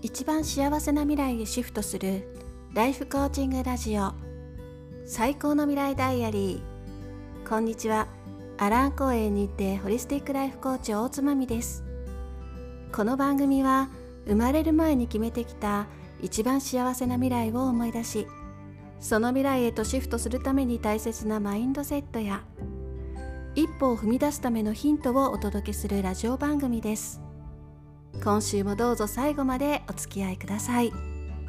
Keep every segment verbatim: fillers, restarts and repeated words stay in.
一番幸せな未来へシフトするライフコーチングラジオ、最高の未来ダイアリー。こんにちは。アラン公園にてホリスティックライフコーチ大津まみです。この番組は生まれる前に決めてきた一番幸せな未来を思い出し、その未来へとシフトするために大切なマインドセットや一歩を踏み出すためのヒントをお届けするラジオ番組です。今週もどうぞ最後までお付き合いください。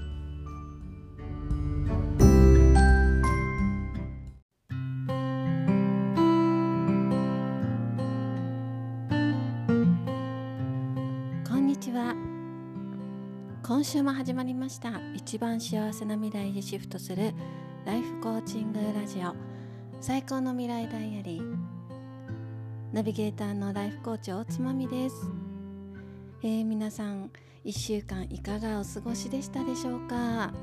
こんにちは。今週も始まりました一番幸せな未来へシフトするライフコーチングラジオ、最高の未来ダイアリー。ナビゲーターのライフコーチ大津まみです。えー、皆さんいっしゅうかんいかがお過ごしでしたでしょうか。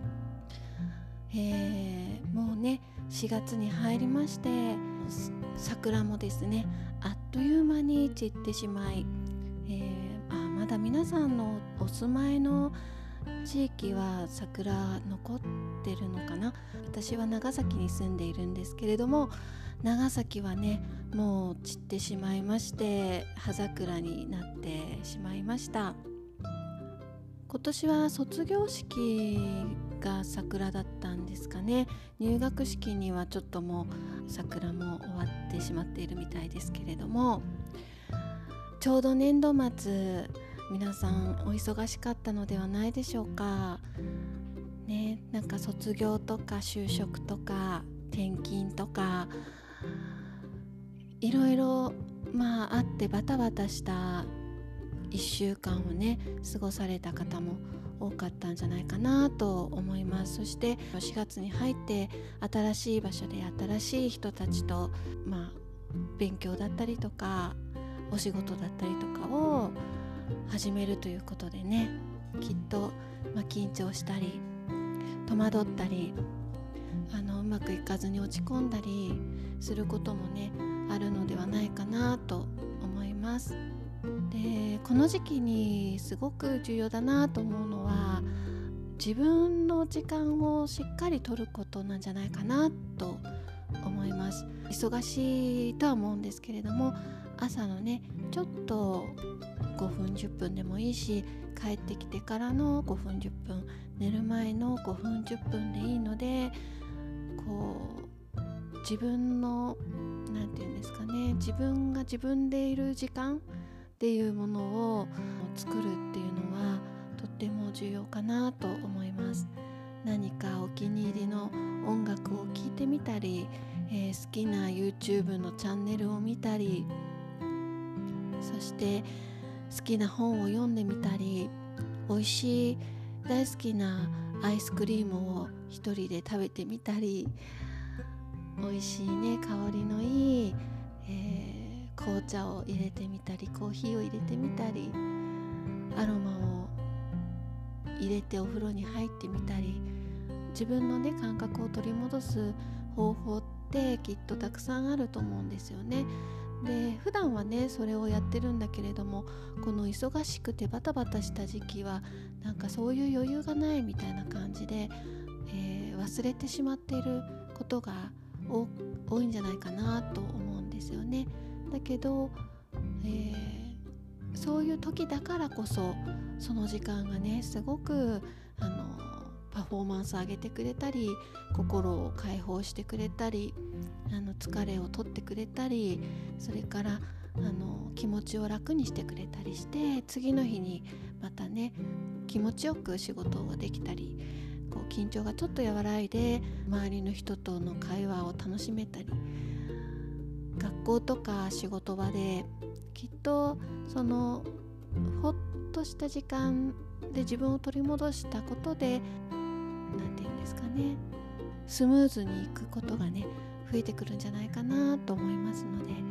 えー、もうねしがつに入りまして、桜もですねあっという間に散ってしまい、えー、あまだ皆さんのお住まいの地域は桜残ってるのかな。私は長崎に住んでいるんですけれども、長崎はねもう散ってしまいまして、葉桜になってしまいました。今年は卒業式が桜だったんですかね。入学式にはちょっともう桜も終わってしまっているみたいですけれども、ちょうど年度末皆さんお忙しかったのではないでしょうかね。なんか卒業とか就職とか転勤とかいろいろまああってバタバタしたいっしゅうかんをね過ごされた方も多かったんじゃないかなと思います。そしてしがつに入って新しい場所で新しい人たちとまあ勉強だったりとかお仕事だったりとかを始めるということでね、きっと、まあ、緊張したり戸惑ったりあのうまくいかずに落ち込んだりすることもねあるのではないかなと思います。でこの時期にすごく重要だなと思うのは、自分の時間をしっかり取ることなんじゃないかなと思います。忙しいとは思うんですけれども、朝のねちょっとごふんじゅっぷんでもいいし、帰ってきてからのごふんじゅっぷん、寝る前のごふんじゅっぷんでいいので、こう自分のなんていうんですかね、自分が自分でいる時間っていうものを作るっていうのはとっても重要かなと思います。何かお気に入りの音楽を聴いてみたり、えー、好きな YouTube のチャンネルを見たり、そして好きな本を読んでみたり、美味しい大好きなアイスクリームを一人で食べてみたり、美味しいね香りのいい、えー、紅茶を入れてみたり、コーヒーを入れてみたり、アロマを入れてお風呂に入ってみたり、自分のね感覚を取り戻す方法ってきっとたくさんあると思うんですよね。で普段はねそれをやってるんだけれども、この忙しくてバタバタした時期はなんかそういう余裕がないみたいな感じで、えー、忘れてしまっていることが多いんじゃないかなと思うんですよね。だけど、えー、そういう時だからこそその時間がねすごくあのパフォーマンス上げてくれたり、心を解放してくれたり、あの疲れを取ってくれたり、それからあの気持ちを楽にしてくれたりして、次の日にまたね気持ちよく仕事ができたり、こう緊張がちょっと和らいで周りの人との会話を楽しめたり、学校とか仕事場できっとそのほっとした時間で自分を取り戻したことで、なんていうんですかね、スムーズにいくことがね増えてくるんじゃないかなと思いますので、うん、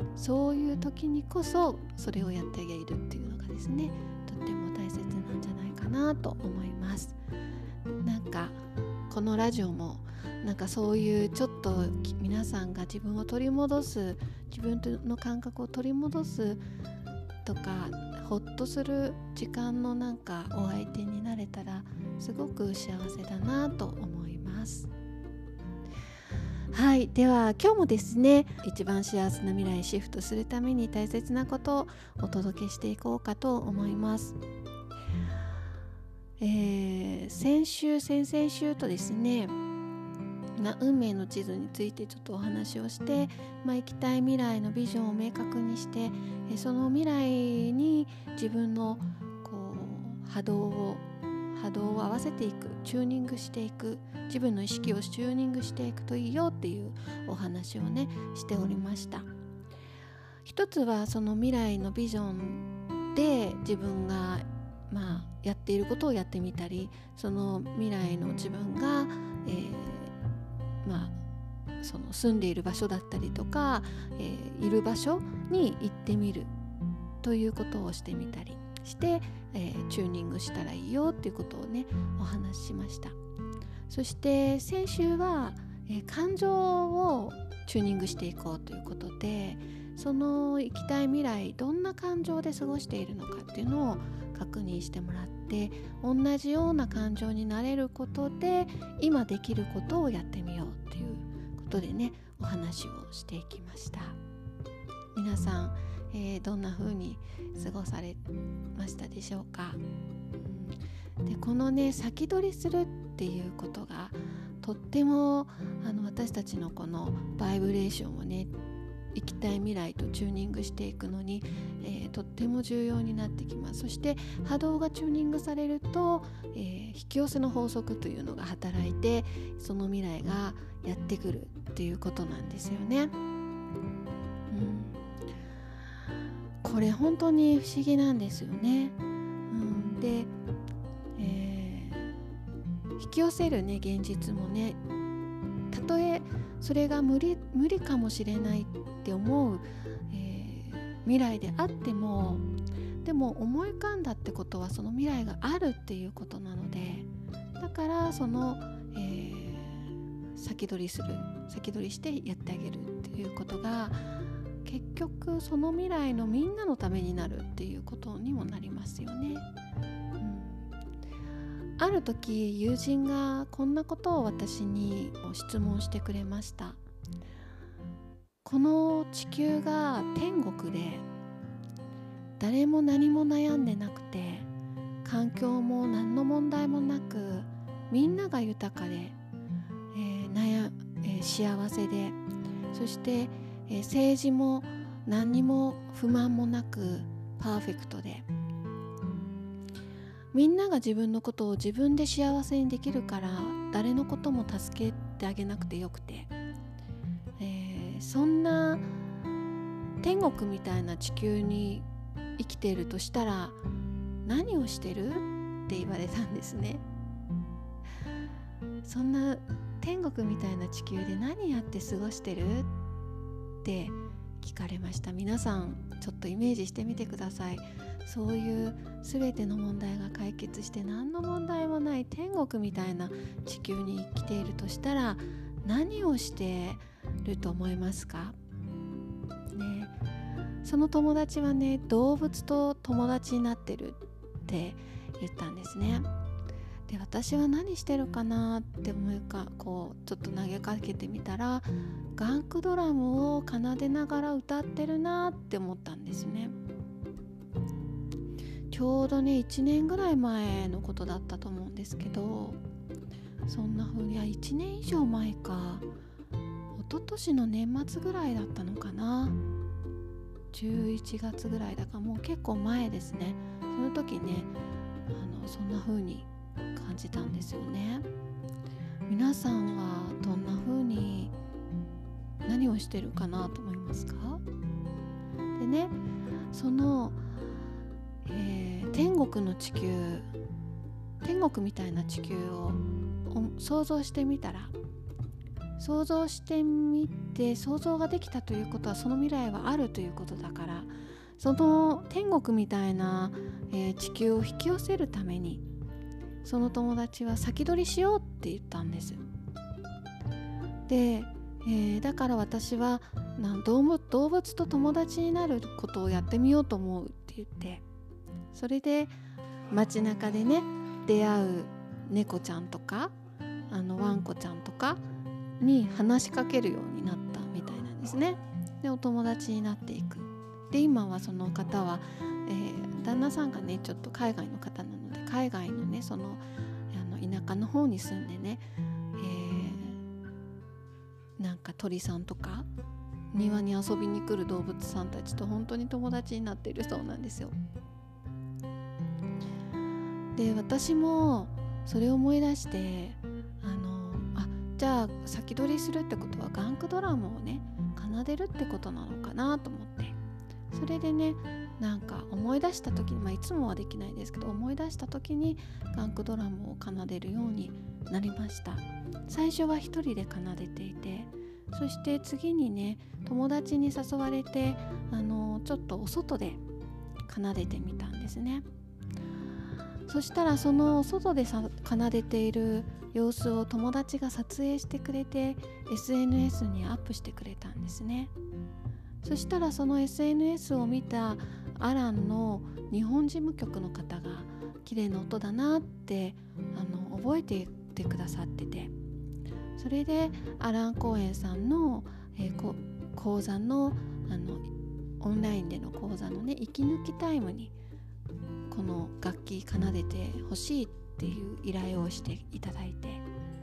そういう時にこそそれをやってあげるっていうのがですねとっても大切なんじゃないかなと思います。なんかこのラジオもなんかそういうちょっと皆さんが自分を取り戻す、自分の感覚を取り戻すとかほっとする時間のなんかお相手になれたらすごく幸せだなと思います。はい、では今日もですね、一番幸せな未来へシフトするために大切なことをお届けしていこうかと思います。えー、先週先々週とですね、まあ、運命の地図についてちょっとお話をして、まあ、行きたい未来のビジョンを明確にして、えその未来に自分のこう波動を波動を合わせていく、チューニングしていく、自分の意識をチューニングしていくといいよっていうお話をねしておりました。一つはその未来のビジョンで自分がまあやっていることをやってみたり、その未来の自分が、えー、まあその住んでいる場所だったりとか、えー、いる場所に行ってみるということをしてみたりして、えー、チューニングしたらいいよっていうことをねお話ししました。そして先週は、えー、感情をチューニングしていこうということで、その行きたい未来どんな感情で過ごしているのかっていうのを確認してもらって、同じような感情になれることで今できることをやってみようっていうことでねお話をしていきました。皆さん、えー、どんな風に過ごされましたでしょうか。うん、でこのね先取りするっていうことがとってもあの私たちのこのバイブレーションをね行きたい未来とチューニングしていくのに、えー、とっても重要になってきます。そして波動がチューニングされると、えー、引き寄せの法則というのが働いて、その未来がやってくるっていうことなんですよね。うん、これ本当に不思議なんですよね。うん、で、えー、引き寄せるね現実もね、たとえそれが無理、無理かもしれないって思う、えー、未来であっても、でも思い浮かんだってことはその未来があるっていうことなので、だからその、えー、先取りする先取りしてやってあげるっていうことが結局その未来のみんなのためになるっていうことにもなりますよね。ある時友人がこんなことを私に質問してくれました。この地球が天国で誰も何も悩んでなくて、環境も何の問題もなく、みんなが豊かで、えー悩えー、幸せで、そして、えー、政治も何にも不満もなくパーフェクトで、みんなが自分のことを自分で幸せにできるから誰のことも助けてあげなくてよくて、えー、そんな天国みたいな地球に生きているとしたら何をしてるって言われたんですね。そんな天国みたいな地球で何やって過ごしてるって聞かれました。皆さんちょっとイメージしてみてください。そういう全ての問題が解決して何の問題もない天国みたいな地球に生きているとしたら何をしてると思いますかね。その友達はね、動物と友達になってるって言ったんですね。で、私は何してるかなって思いかこうちょっと投げかけてみたら、ガンクドラムを奏でながら歌ってるなって思ったんですね。ちょうどねいちねんぐらい前のことだったと思うんですけど、そんな風に、いやいちねん以上前か、一昨年の年末ぐらいだったのかな、じゅういちがつぐらいだからもう結構前ですね。その時ねあのそんな風に感じたんですよね。皆さんはどんな風に何をしてるかなと思いますか？でね、そのえー、天国の地球天国みたいな地球を想像してみたら、想像してみて想像ができたということはその未来はあるということだから、その天国みたいな、えー、地球を引き寄せるためにその友達は先取りしようって言ったんです。で、えー、だから私は、 なん動物、動物と友達になることをやってみようと思うって言って、それで街中でね出会う猫ちゃんとかあのワンコちゃんとかに話しかけるようになったみたいなんですね。でお友達になっていく。で今はその方は、えー、旦那さんがねちょっと海外の方なので、海外のねそのあの田舎の方に住んでね、えー、なんか鳥さんとか庭に遊びに来る動物さんたちと本当に友達になっているそうなんですよ。で私もそれを思い出して、あのあじゃあ先取りするってことはガンクドラムをね奏でるってことなのかなと思って、それでねなんか思い出した時に、まあ、いつもはできないですけど思い出した時にガンクドラムを奏でるようになりました。最初は一人で奏でていて、そして次にね友達に誘われてあのちょっとお外で奏でてみたんですね。そしたらその外でさ奏でている様子を友達が撮影してくれて エスエヌエス にアップしてくれたんですね。そしたらその エスエヌエス を見たアランの日本事務局の方が綺麗な音だなってあの覚えていてくださってて、それでアラン公園さんの、えー、こ講座の、あのオンラインでの講座のね息抜きタイムにこの楽器奏でてほしいっていう依頼をしていただいて、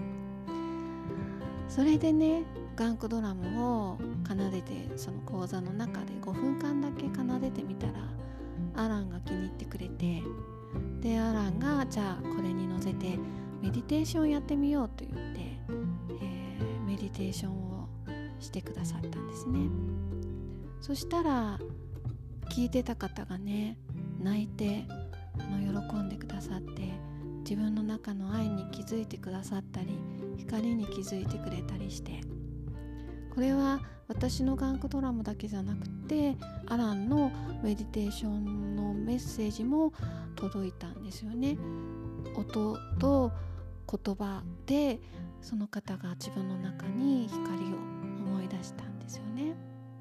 それでねガンクドラムを奏でてその講座の中でごふんかんだけ奏でてみたらアランが気に入ってくれて、でアランがじゃあこれに乗せてメディテーションやってみようと言って、えー、メディテーションをしてくださったんですね。そしたら聞いてた方がね泣いてあの喜んでくださって、自分の中の愛に気づいてくださったり光に気づいてくれたりして、これは私のガンクドラムだけじゃなくてアランのメディテーションのメッセージも届いたんですよね。音と言葉でその方が自分の中に光を思い出したんですよね。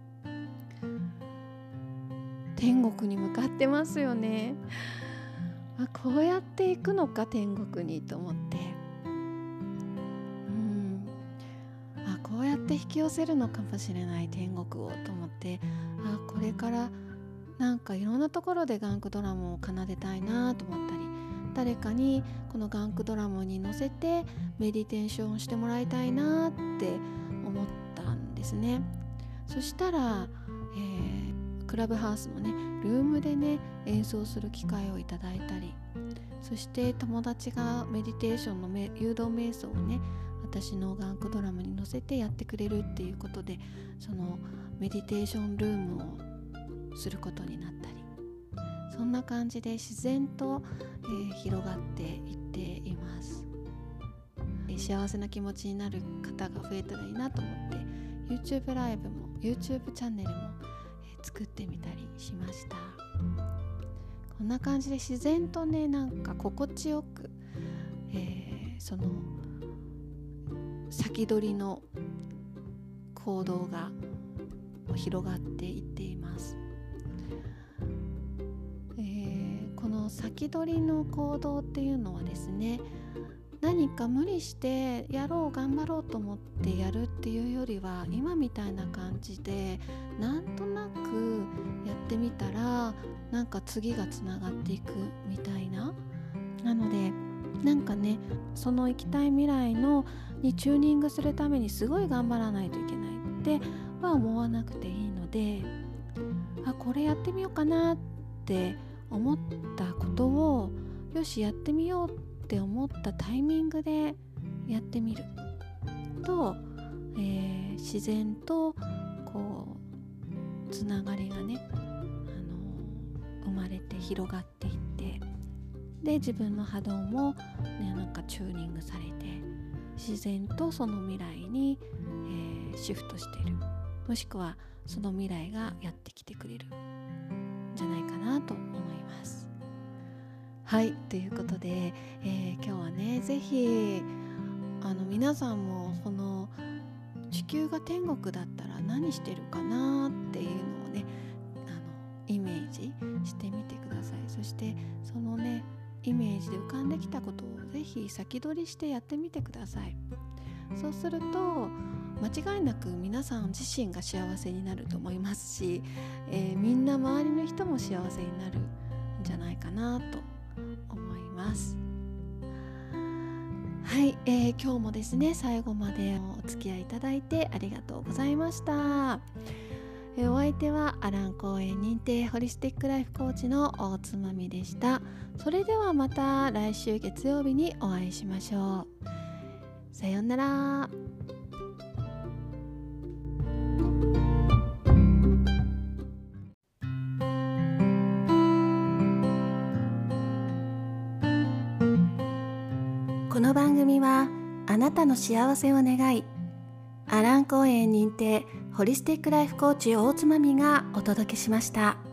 天国に向かってますよね。あ、こうやって行くのか天国にと思って、うんあこうやって引き寄せるのかもしれない天国をと思って、あこれからなんかいろんなところでガンクドラムを奏でたいなと思ったり、誰かにこのガンクドラムに乗せてメディテーションしてもらいたいなって思ったんですね。そしたら、えークラブハウスのねルームでね演奏する機会をいただいたり、そして友達がメディテーションの誘導瞑想をね私のガンクドラムに乗せてやってくれるっていうことで、そのメディテーションルームをすることになったり、そんな感じで自然と、えー、広がっていっています。えー、幸せな気持ちになる方が増えたらいいなと思って YouTube ライブも YouTube チャンネルも作ってみたりしました。こんな感じで自然とねなんか心地よく、えー、その先取りの行動が広がっていっています。えー、この先取りの行動っていうのはですね、何か無理してやろう頑張ろうと思ってやるっていうよりは、今みたいな感じでなんとなくやってみたらなんか次がつながっていくみたいな、なのでなんかねその行きたい未来のにチューニングするためにすごい頑張らないといけないっては思わなくていいので、あこれやってみようかなって思ったことをよしやってみようって思ったタイミングでやってみると、えー、自然とこうつながりがね、あのー、生まれて広がっていって、で自分の波動も、ね、なんかチューニングされて自然とその未来に、えー、シフトしている、もしくはその未来がやってきてくれるんじゃないかなと思います。はい、ということで、えー、今日はねぜひあの皆さんもその地球が天国だったら何してるかなっていうのをね、あのイメージしてみてください。そしてそのねイメージで浮かんできたことをぜひ先取りしてやってみてください。そうすると間違いなく皆さん自身が幸せになると思いますし、えー、みんな周りの人も幸せになるんじゃないかなと思います。はい、えー、今日もですね最後までお付き合いいただいてありがとうございました。えー、お相手はアラン公園認定ホリスティックライフコーチの大つまみでした。それではまた来週月曜日にお会いしましょう。さようなら。この番組はあなたの幸せを願い、アラン公園認定ホリスティックライフコーチ大つまみがお届けしました。